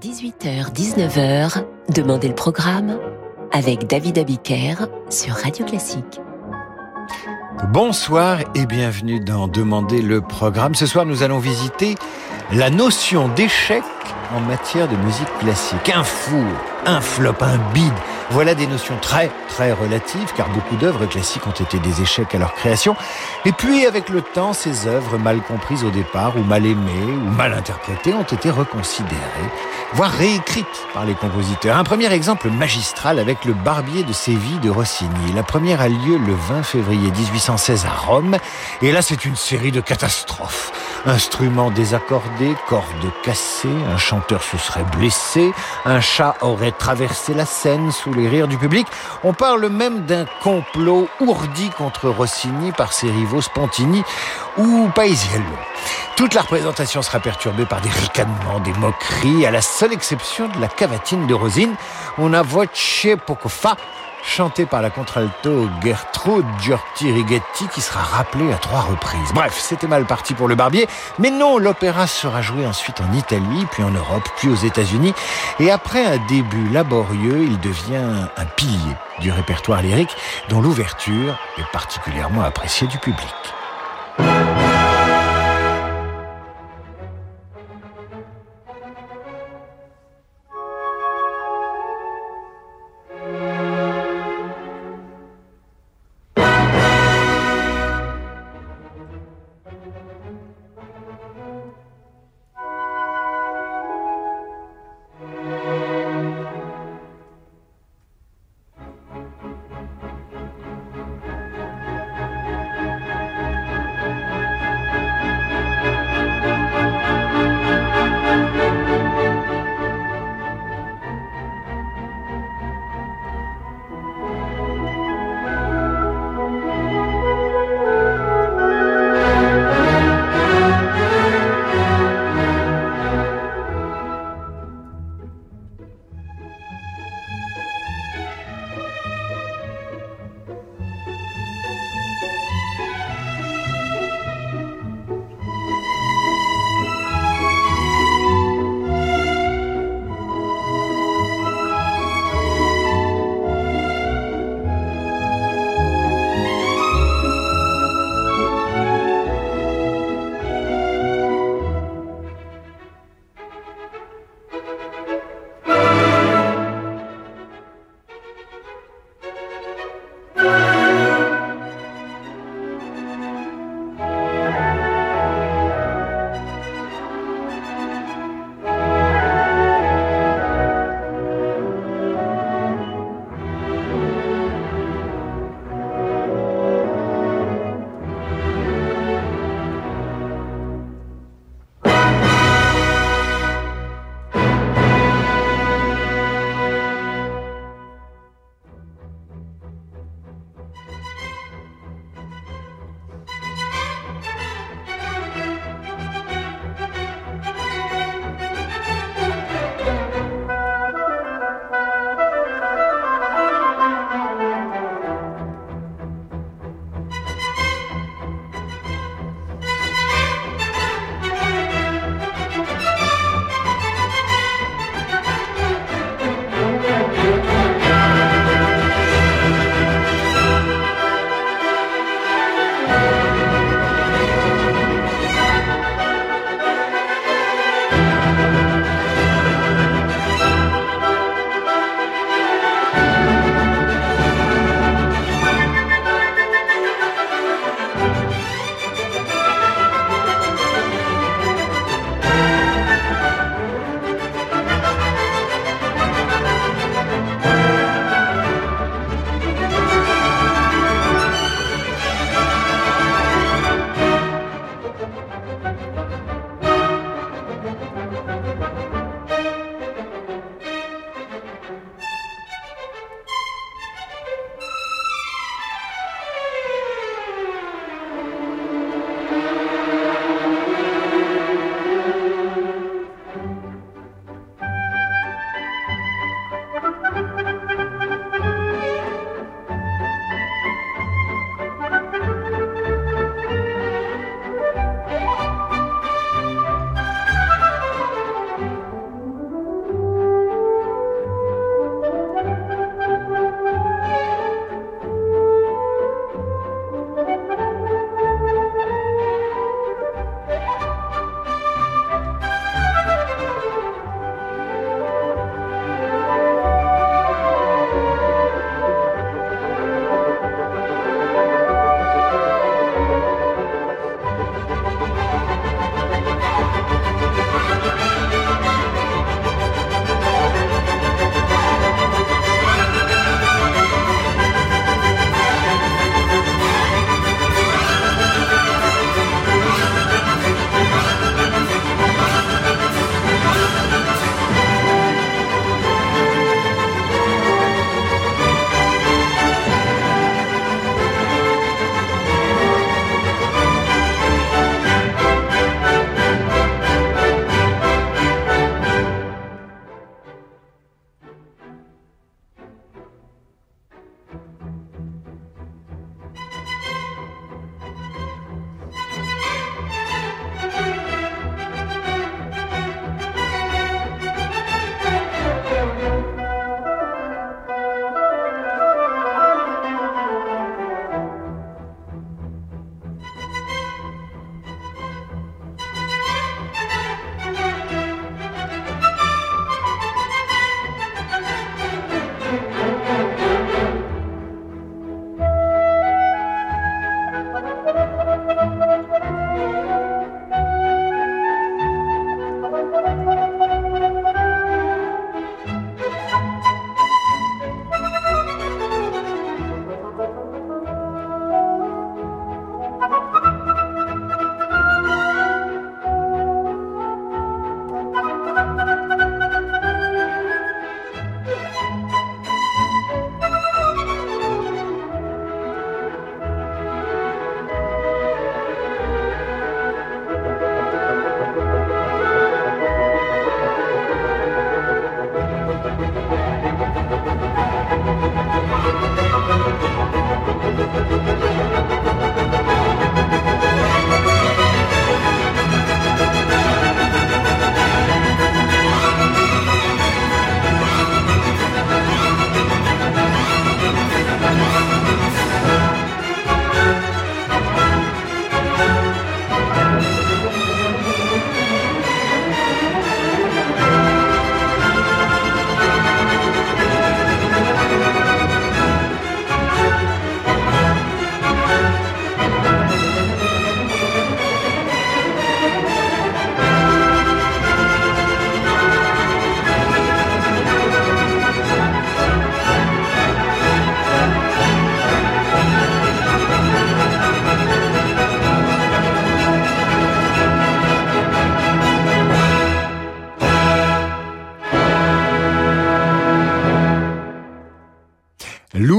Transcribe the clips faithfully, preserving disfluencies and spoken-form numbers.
dix-huit heures dix-neuf heures, Demandez le programme avec David Abiker sur Radio Classique. Bonsoir et bienvenue dans Demandez le programme. Ce soir, nous allons visiter la notion d'échec en matière de musique classique. Un four, un flop, un bide. Voilà des notions très, très relatives, car beaucoup d'œuvres classiques ont été des échecs à leur création. Et puis, avec le temps, ces œuvres, mal comprises au départ, ou mal aimées, ou mal interprétées, ont été reconsidérées, voire réécrites par les compositeurs. Un premier exemple magistral avec le Barbier de Séville de Rossini. La première a lieu le vingt février dix-huit cent seize à Rome. Et là, c'est une série de catastrophes. Instruments désaccordés, cordes cassées, un chanteur se serait blessé, un chat aurait traversé la scène sous les rires du public. On parle même d'un complot ourdi contre Rossini par ses rivaux Spontini ou Paisiello. Toute la représentation sera perturbée par des ricanements, des moqueries, à la seule exception de la cavatine de Rosine, Una voce poco fa, chantée par la contralto Gertrude Giorgi-Righetti, qui sera rappelée à trois reprises. Bref, c'était mal parti pour le Barbier, mais non, l'opéra sera joué ensuite en Italie, puis en Europe, puis aux États-Unis, et après un début laborieux, il devient un pilier du répertoire lyrique, dont l'ouverture est particulièrement appréciée du public.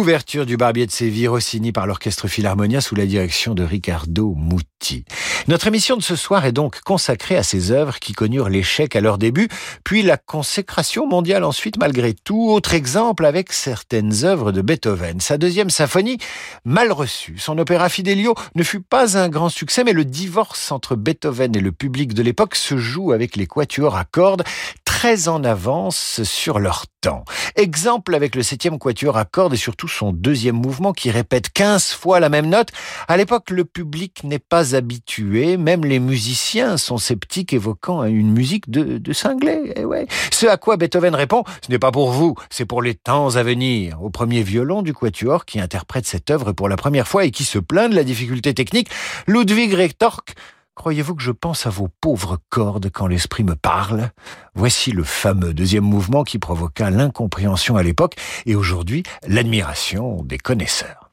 L'ouverture du Barbier de Séville, Rossini par l'Orchestre Philharmonia sous la direction de Riccardo Muti. Notre émission de ce soir est donc consacrée à ces œuvres qui connurent l'échec à leur début, puis la consécration mondiale ensuite malgré tout. Autre exemple avec certaines œuvres de Beethoven. Sa deuxième symphonie, mal reçue. Son opéra Fidelio ne fut pas un grand succès, mais le divorce entre Beethoven et le public de l'époque se joue avec les quatuors à cordes, très en avance sur leur temps. Exemple avec le septième quatuor à cordes et surtout son deuxième mouvement qui répète quinze fois la même note. À l'époque, le public n'est pas habitué, même les musiciens sont sceptiques évoquant une musique de, de cinglé. Eh ouais. Ce à quoi Beethoven répond, ce n'est pas pour vous, c'est pour les temps à venir. Au premier violon du quatuor qui interprète cette œuvre pour la première fois et qui se plaint de la difficulté technique, Ludwig Retorque. Croyez-vous que je pense à vos pauvres cordes quand l'esprit me parle ? Voici le fameux deuxième mouvement qui provoqua l'incompréhension à l'époque et aujourd'hui l'admiration des connaisseurs.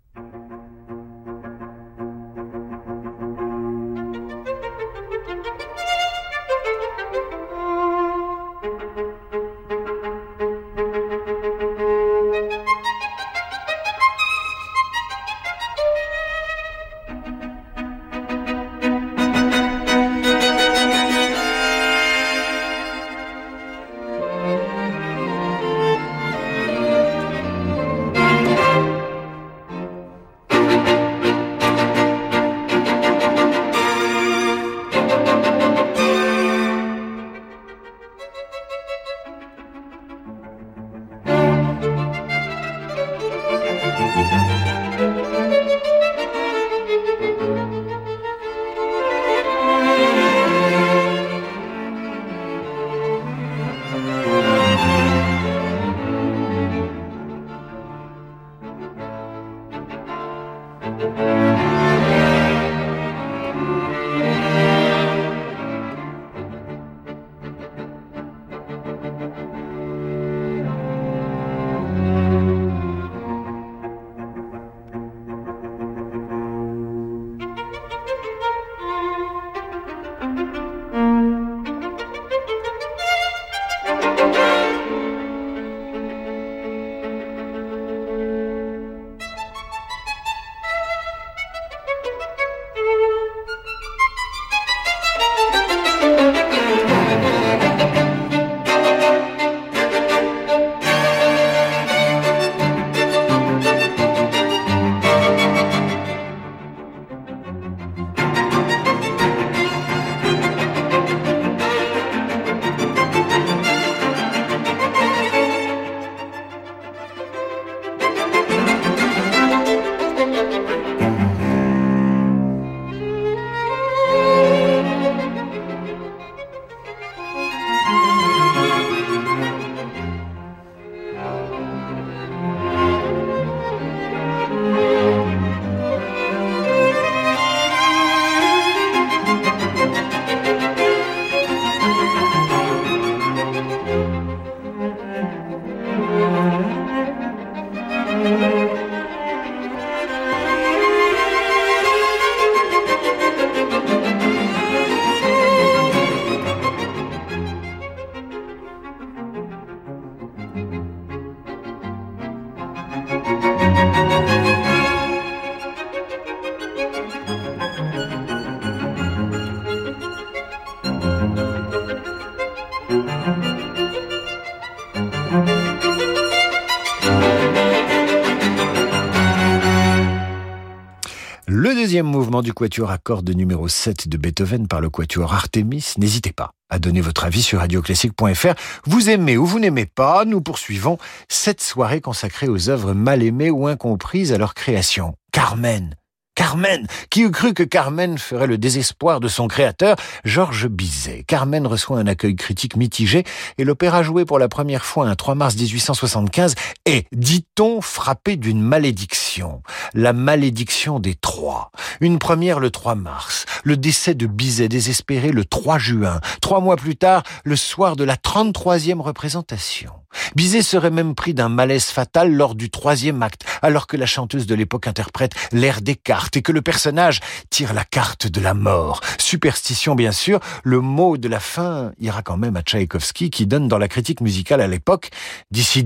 Le deuxième mouvement du quatuor à cordes numéro sept de Beethoven par le quatuor Artemis. N'hésitez pas à donner votre avis sur radio classique point f r. Vous aimez ou vous n'aimez pas, nous poursuivons cette soirée consacrée aux œuvres mal aimées ou incomprises à leur création. Carmen Carmen, qui eût cru que Carmen ferait le désespoir de son créateur, Georges Bizet. Carmen reçoit un accueil critique mitigé et l'opéra joué pour la première fois un trois mars dix-huit cent soixante-quinze est, dit-on, frappé d'une malédiction. La malédiction des trois. Une première le trois mars, le décès de Bizet désespéré le trois juin. Trois mois plus tard, le soir de la trente-troisième représentation. Bizet serait même pris d'un malaise fatal lors du troisième acte, alors que la chanteuse de l'époque interprète l'air des cartes et que le personnage tire la carte de la mort. Superstition bien sûr, le mot de la fin ira quand même à Tchaïkovski qui donne dans la critique musicale à l'époque « d'ici dix ans ».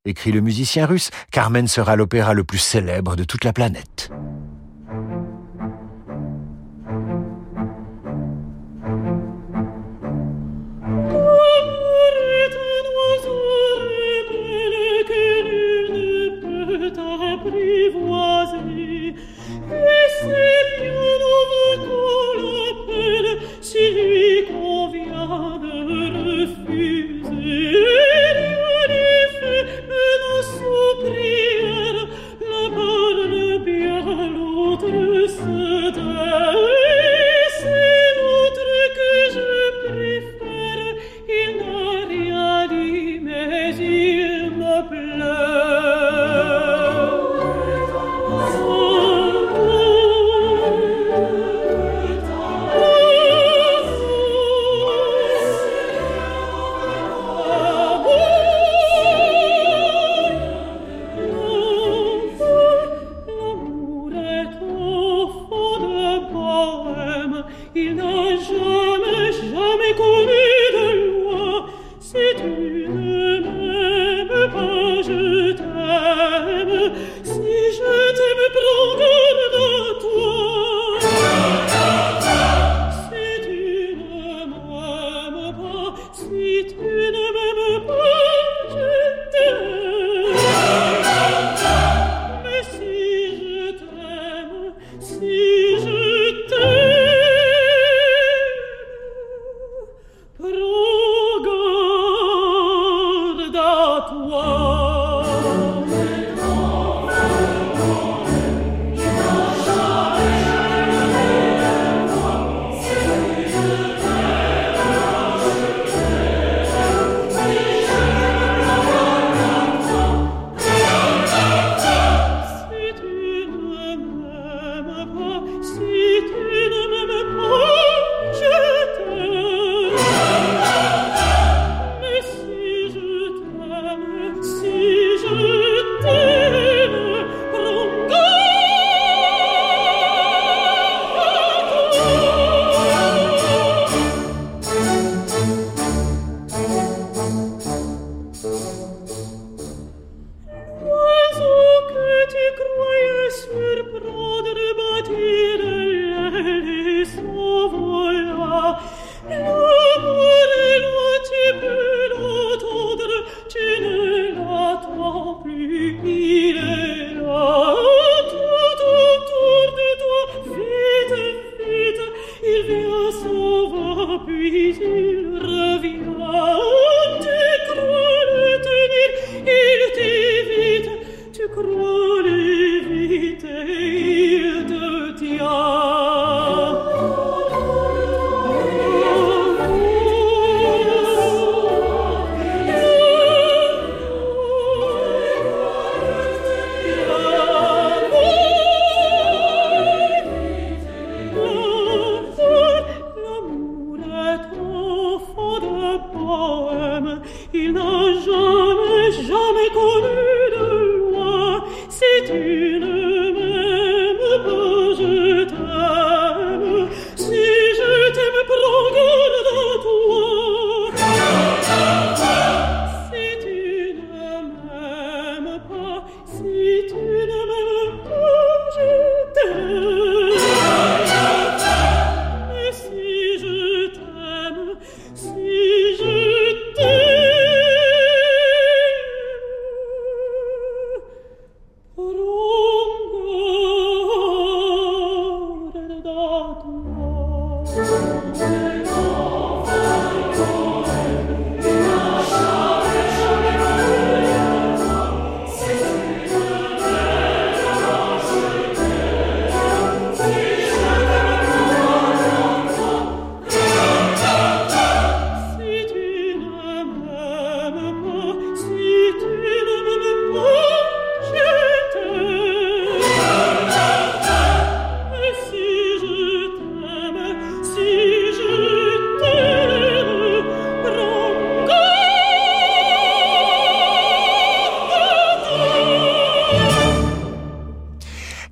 écrit le musicien russe, Carmen sera l'opéra le plus célèbre de toute la planète.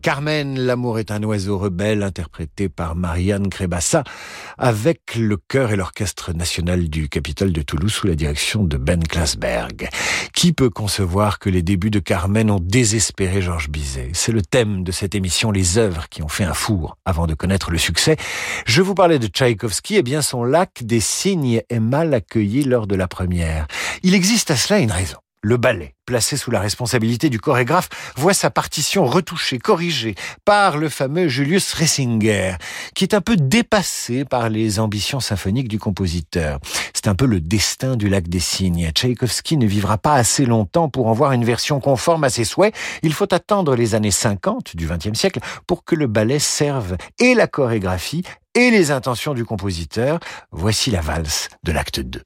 Carmen, l'amour est un oiseau rebelle, interprété par Marianne Crébassa, avec le chœur et l'orchestre national du Capitole de Toulouse sous la direction de Ben Klasberg. Qui peut concevoir que les débuts de Carmen ont désespéré Georges Bizet? C'est le thème de cette émission, les œuvres qui ont fait un four avant de connaître le succès. Je vous parlais de Tchaïkovski, et bien son Lac des cygnes est mal accueilli lors de la première. Il existe à cela une raison. Le ballet, placé sous la responsabilité du chorégraphe, voit sa partition retouchée, corrigée par le fameux Julius Ressinger, qui est un peu dépassé par les ambitions symphoniques du compositeur. C'est un peu le destin du Lac des cygnes. Tchaïkovski ne vivra pas assez longtemps pour en voir une version conforme à ses souhaits. Il faut attendre les années cinquante du vingtième siècle pour que le ballet serve et la chorégraphie et les intentions du compositeur. Voici la valse de l'acte deux.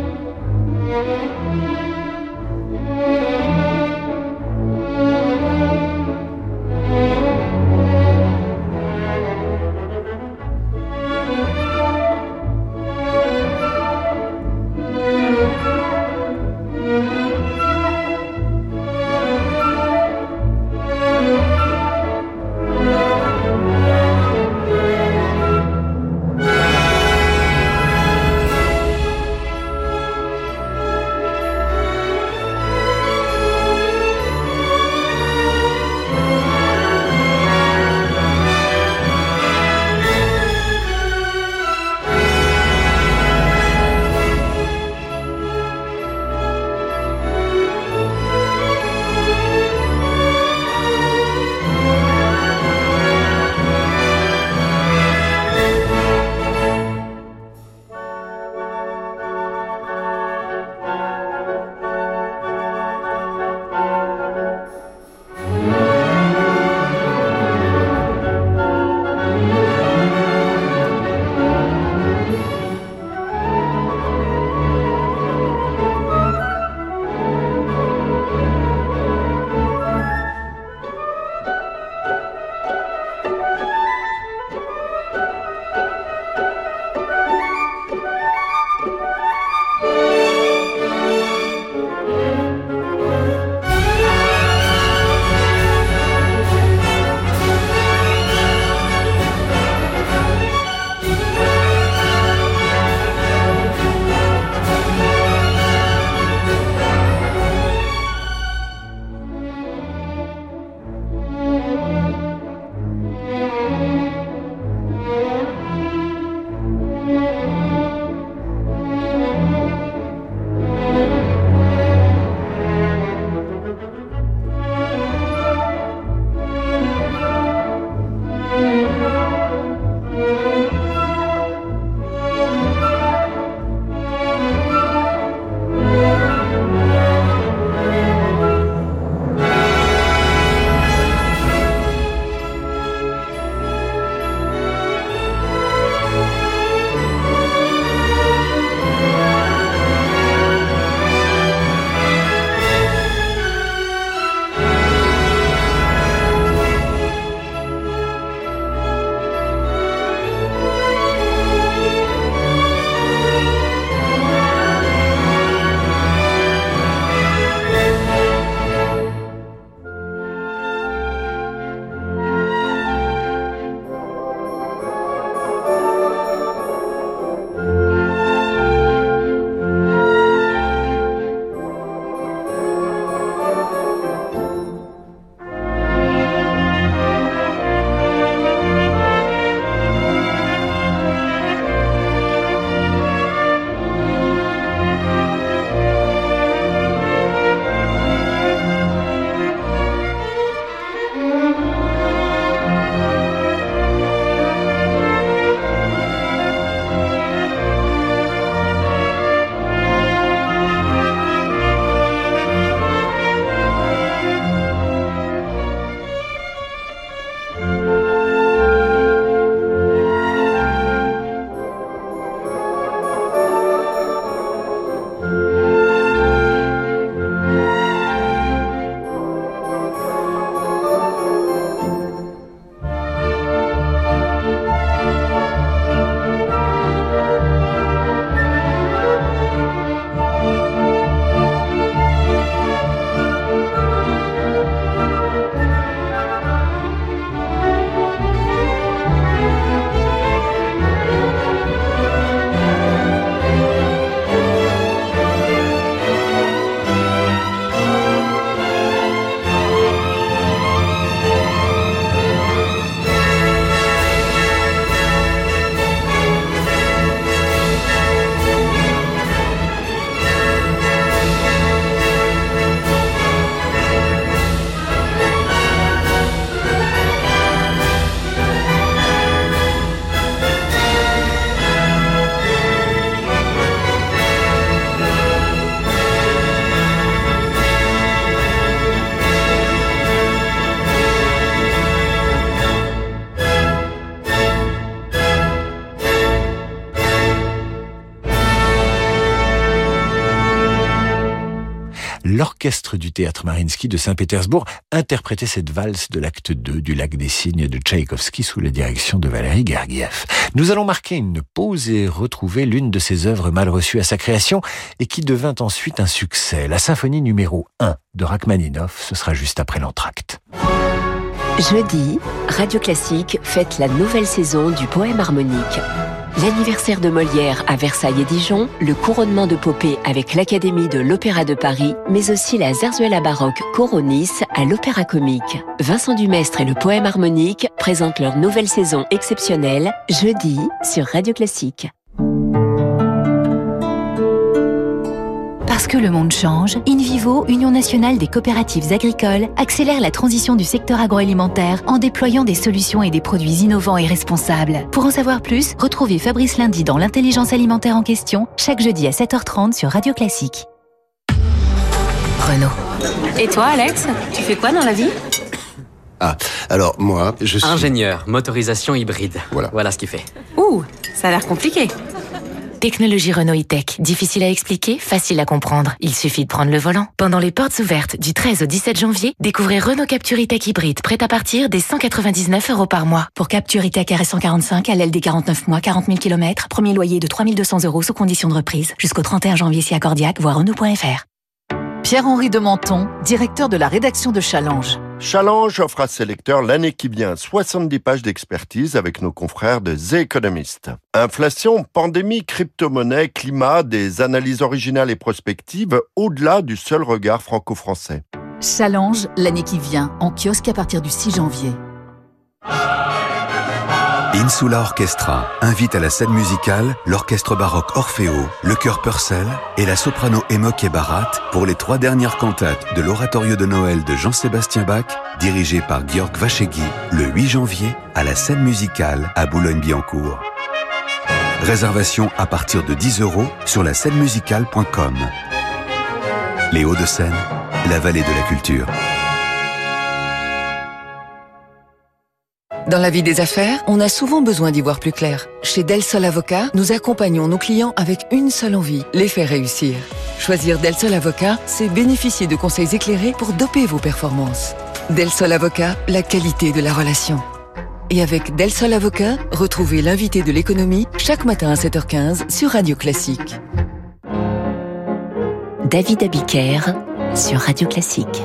Thank you. l'orchestre du théâtre Mariinsky de Saint-Pétersbourg interprétait cette valse de l'acte deux du Lac des Cygnes de Tchaïkovski sous la direction de Valéry Gergiev. Nous allons marquer une pause et retrouver l'une de ses œuvres mal reçues à sa création et qui devint ensuite un succès, la symphonie numéro un de Rachmaninoff. Ce sera juste après l'entracte. Jeudi, Radio Classique fête la nouvelle saison du poème harmonique. L'anniversaire de Molière à Versailles et Dijon, le couronnement de Popée avec l'Académie de l'Opéra de Paris, mais aussi la zarzuela baroque Coronis à l'Opéra Comique. Vincent Dumestre et le poème harmonique présentent leur nouvelle saison exceptionnelle, jeudi, sur Radio Classique. Parce que le monde change, InVivo, Union nationale des coopératives agricoles, accélère la transition du secteur agroalimentaire en déployant des solutions et des produits innovants et responsables. Pour en savoir plus, retrouvez Fabrice Lundi dans l'intelligence alimentaire en question, chaque jeudi à sept heures trente sur Radio Classique. Renault. Et toi, Alex, tu fais quoi dans la vie ? Ah, alors moi, je suis... Ingénieur, motorisation hybride. Voilà. Voilà ce qu'il fait. Ouh, ça a l'air compliqué. Technologie Renault e-Tech. Difficile à expliquer, facile à comprendre. Il suffit de prendre le volant. Pendant les portes ouvertes du treize au dix-sept janvier, découvrez Renault Captur e-Tech hybride, prêt à partir des cent quatre-vingt-dix-neuf euros par mois. Pour Captur e-Tech R S cent quarante-cinq, à L L D quarante-neuf mois, quarante mille kilomètres, premier loyer de trois mille deux cents euros sous condition de reprise. Jusqu'au trente et un janvier si accordiaque, voir Renault point F R. Pierre-Henri de Menton, directeur de la rédaction de Challenge. Challenge offre à ses lecteurs l'année qui vient soixante-dix pages d'expertise avec nos confrères de The Economist. Inflation, pandémie, crypto-monnaie, climat, des analyses originales et prospectives au-delà du seul regard franco-français. Challenge, l'année qui vient, en kiosque à partir du six janvier. Insula Orchestra invite à la scène musicale l'orchestre baroque Orfeo, le chœur Purcell et la soprano Emoke Barat pour les trois dernières cantates de l'oratorio de Noël de Jean-Sébastien Bach, dirigé par Georg Vachegui, le huit janvier à la scène musicale à Boulogne-Billancourt. Réservation à partir de dix euros sur la scène musicale point com. Les Hauts-de-Seine, la vallée de la culture. Dans la vie des affaires, on a souvent besoin d'y voir plus clair. Chez Del Sol Avocat, nous accompagnons nos clients avec une seule envie, les faire réussir. Choisir Del Sol Avocat, c'est bénéficier de conseils éclairés pour doper vos performances. Del Sol Avocat, la qualité de la relation. Et avec Del Sol Avocat, retrouvez l'invité de l'économie chaque matin à sept heures quinze sur Radio Classique. David Abiker sur Radio Classique.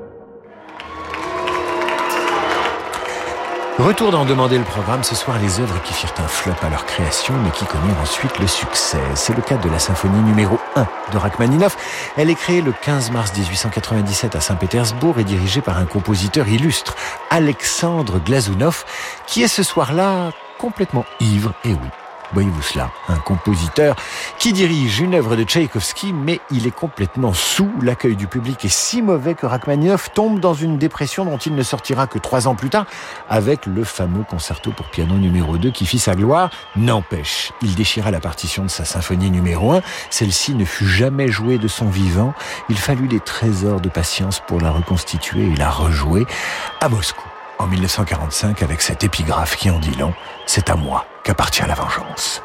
Retour d'en demander le programme, ce soir les œuvres qui firent un flop à leur création mais qui connurent ensuite le succès. C'est le cas de la symphonie numéro un de Rachmaninoff. Elle est créée le quinze mars dix-huit cent quatre-vingt-dix-sept à Saint-Pétersbourg et dirigée par un compositeur illustre, Alexandre Glazounov, qui est ce soir-là complètement ivre, et oui. Voyez-vous cela, un compositeur qui dirige une œuvre de Tchaïkovski, mais il est complètement sous. L'accueil du public est si mauvais que Rachmaninoff tombe dans une dépression dont il ne sortira que trois ans plus tard, avec le fameux concerto pour piano numéro deux qui fit sa gloire. N'empêche, il déchira la partition de sa symphonie numéro un. Celle-ci ne fut jamais jouée de son vivant. Il fallut des trésors de patience pour la reconstituer et la rejouer à Moscou. En mille neuf cent quarante-cinq, avec cette épigraphe qui en dit long, c'est à moi qu'appartient la vengeance.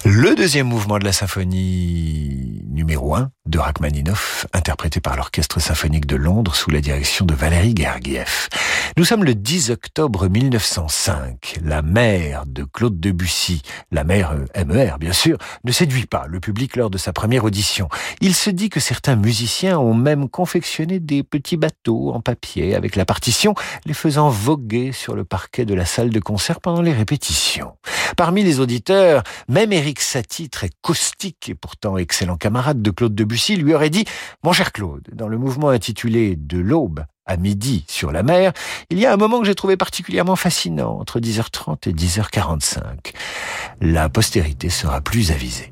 Le deuxième mouvement de la symphonie numéro un de Rachmaninoff, interprété par l'Orchestre symphonique de Londres sous la direction de Valéry Gergiev. Nous sommes le dix octobre mille neuf cent cinq. La mère de Claude Debussy, la mère M E R bien sûr, ne séduit pas le public lors de sa première audition. Il se dit que certains musiciens ont même confectionné des petits bateaux en papier avec la partition, les faisant voguer sur le parquet de la salle de concert pendant les répétitions. Parmi les auditeurs, même Erik Satie, très caustique et pourtant excellent camarade de Claude Debussy, lui aurait dit « Mon cher Claude, dans le mouvement intitulé « De l'aube à midi sur la mer », il y a un moment que j'ai trouvé particulièrement fascinant, entre dix heures trente et dix heures quarante-cinq. La postérité sera plus avisée.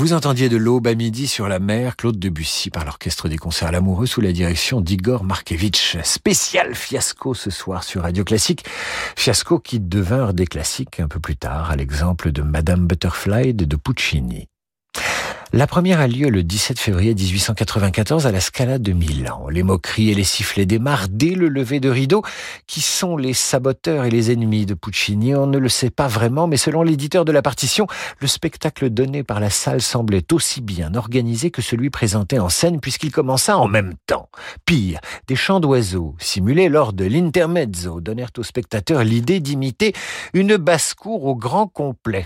Vous entendiez de l'aube à midi sur la mer, Claude Debussy par l'Orchestre des Concerts Lamoureux sous la direction d'Igor Markevitch. Spécial fiasco ce soir sur Radio Classique. Fiasco qui devinrent des classiques un peu plus tard, à l'exemple de Madame Butterfly de Puccini. La première a lieu le dix-sept février dix-huit cent quatre-vingt-quatorze à la Scala de Milan. Les moqueries et les sifflets démarrent dès le lever de rideau. Qui sont les saboteurs et les ennemis de Puccini? On ne le sait pas vraiment, mais selon l'éditeur de la partition, le spectacle donné par la salle semblait aussi bien organisé que celui présenté en scène puisqu'il commença en même temps. Pire, des chants d'oiseaux simulés lors de l'intermezzo donnèrent aux spectateurs l'idée d'imiter une basse-cour au grand complet.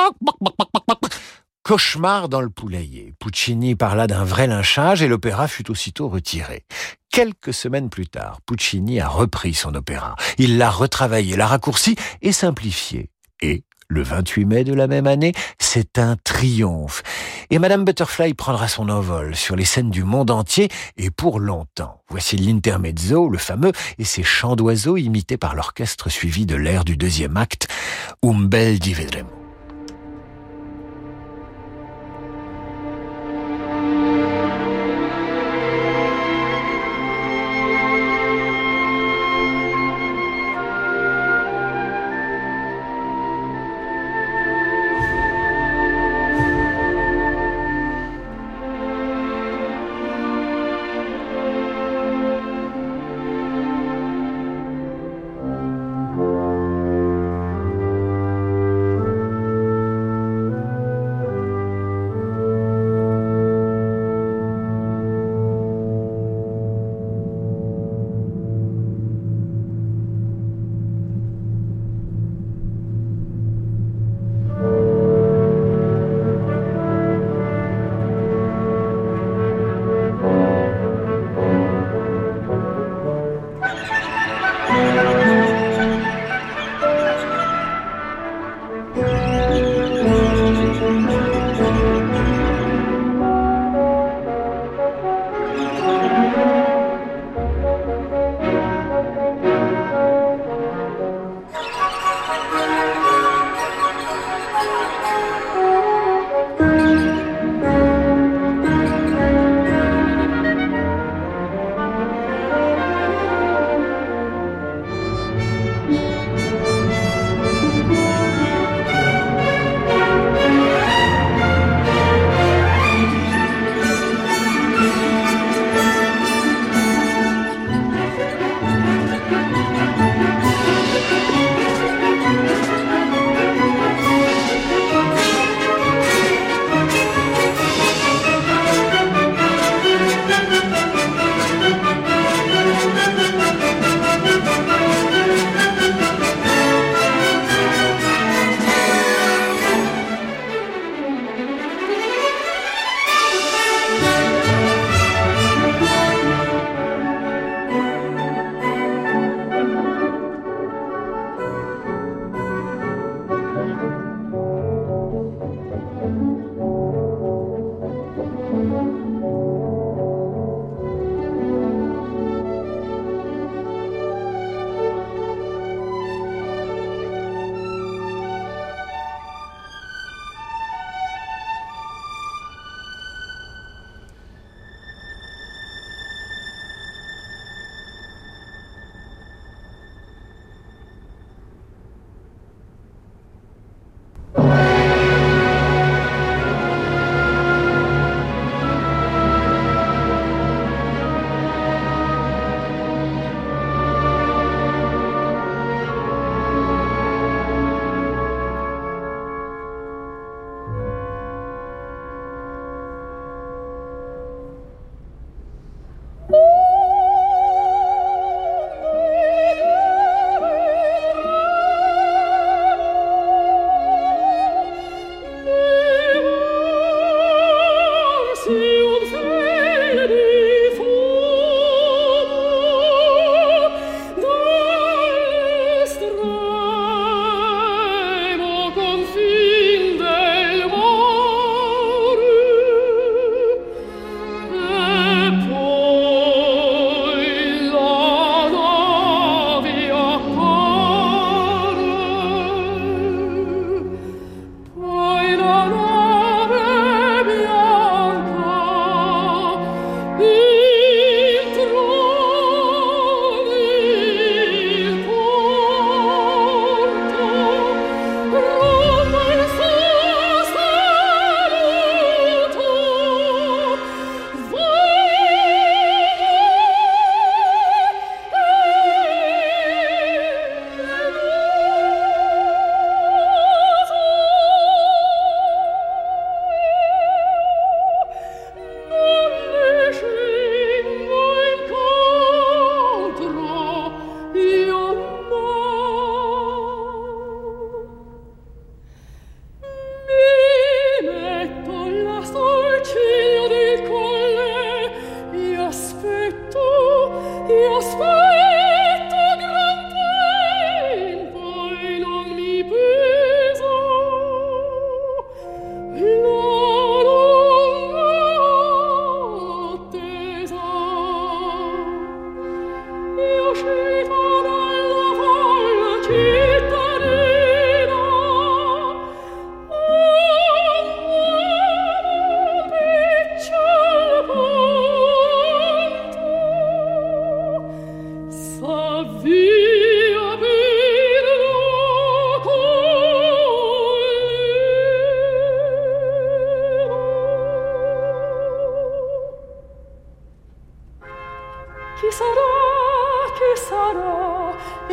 Cauchemar dans le poulailler. Puccini parla d'un vrai lynchage et l'opéra fut aussitôt retiré. Quelques semaines plus tard, Puccini a repris son opéra. Il l'a retravaillé, l'a raccourci et simplifié. Et, le vingt-huit mai de la même année, c'est un triomphe. Et Madame Butterfly prendra son envol sur les scènes du monde entier et pour longtemps. Voici l'intermezzo, le fameux, et ses chants d'oiseaux imités par l'orchestre suivi de l'air du deuxième acte, Un bel di vedremo.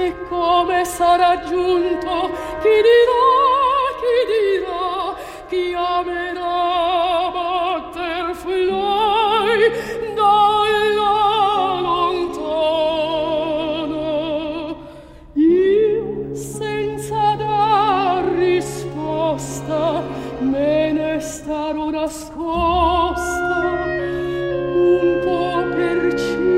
E come sarà giunto, chi dirà, chi dirà, chi amerà butterfly dalla lontana. Io senza dar risposta me ne starò nascosta un po' per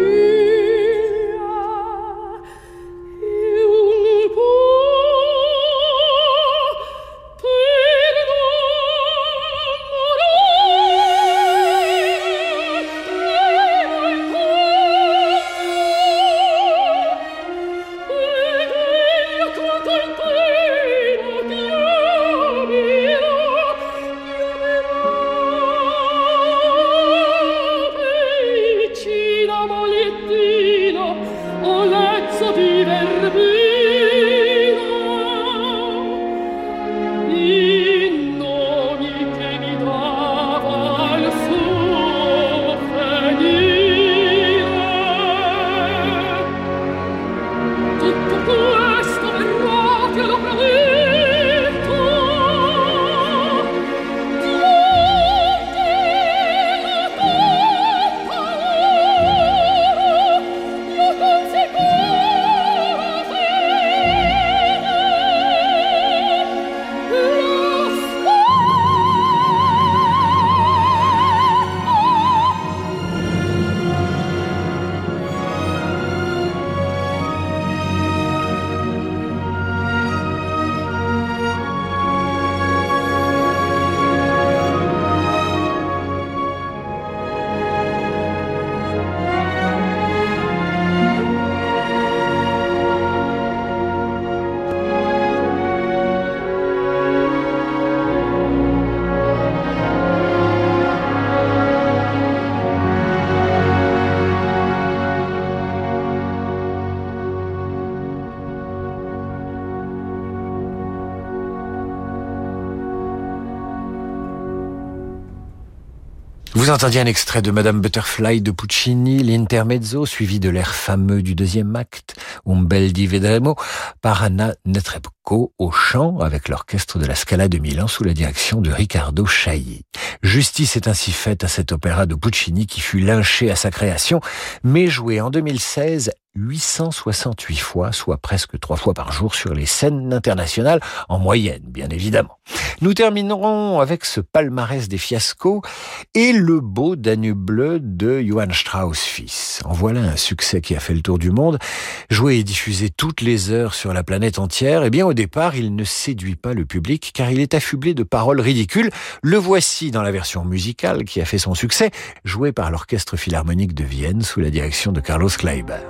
Vous entendiez un extrait de Madame Butterfly de Puccini, l'intermezzo, suivi de l'air fameux du deuxième acte, Un bel di Vedremo, par Anna Netrebko au chant avec l'orchestre de la Scala de Milan sous la direction de Riccardo Chailly. Justice est ainsi faite à cet opéra de Puccini qui fut lynché à sa création, mais joué en deux mille seize huit cent soixante-huit fois, soit presque trois fois par jour sur les scènes internationales, en moyenne, bien évidemment. Nous terminerons avec ce palmarès des fiascos et le beau Danube bleu de Johann Strauss fils. En voilà un succès qui a fait le tour du monde. Joué et diffusé toutes les heures sur la planète entière, eh bien au départ, il ne séduit pas le public car il est affublé de paroles ridicules. Le voici dans la version musicale qui a fait son succès, joué par l'Orchestre Philharmonique de Vienne sous la direction de Carlos Kleiber.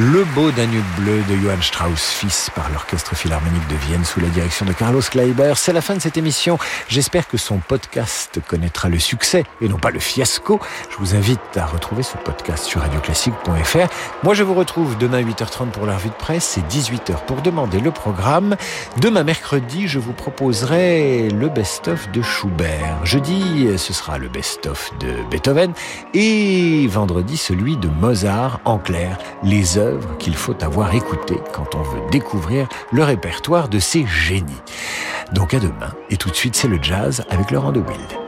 Le beau Danube bleu de Johann Strauss fils par l'Orchestre Philharmonique de Vienne sous la direction de Carlos Kleiber. C'est la fin de cette émission. J'espère que son podcast connaîtra le succès et non pas le fiasco. Je vous invite à retrouver ce podcast sur radio classique point f r. Moi, je vous retrouve demain huit heures trente pour la revue de presse et dix-huit heures pour demander le programme. Demain mercredi, je vous proposerai le best-of de Schubert. Jeudi, ce sera le best-of de Beethoven et vendredi, celui de Mozart en clair, les œuvres qu'il faut avoir écoutées quand on veut découvrir le répertoire de ces génies. Donc à demain, et tout de suite c'est le jazz avec Laurent de Wild.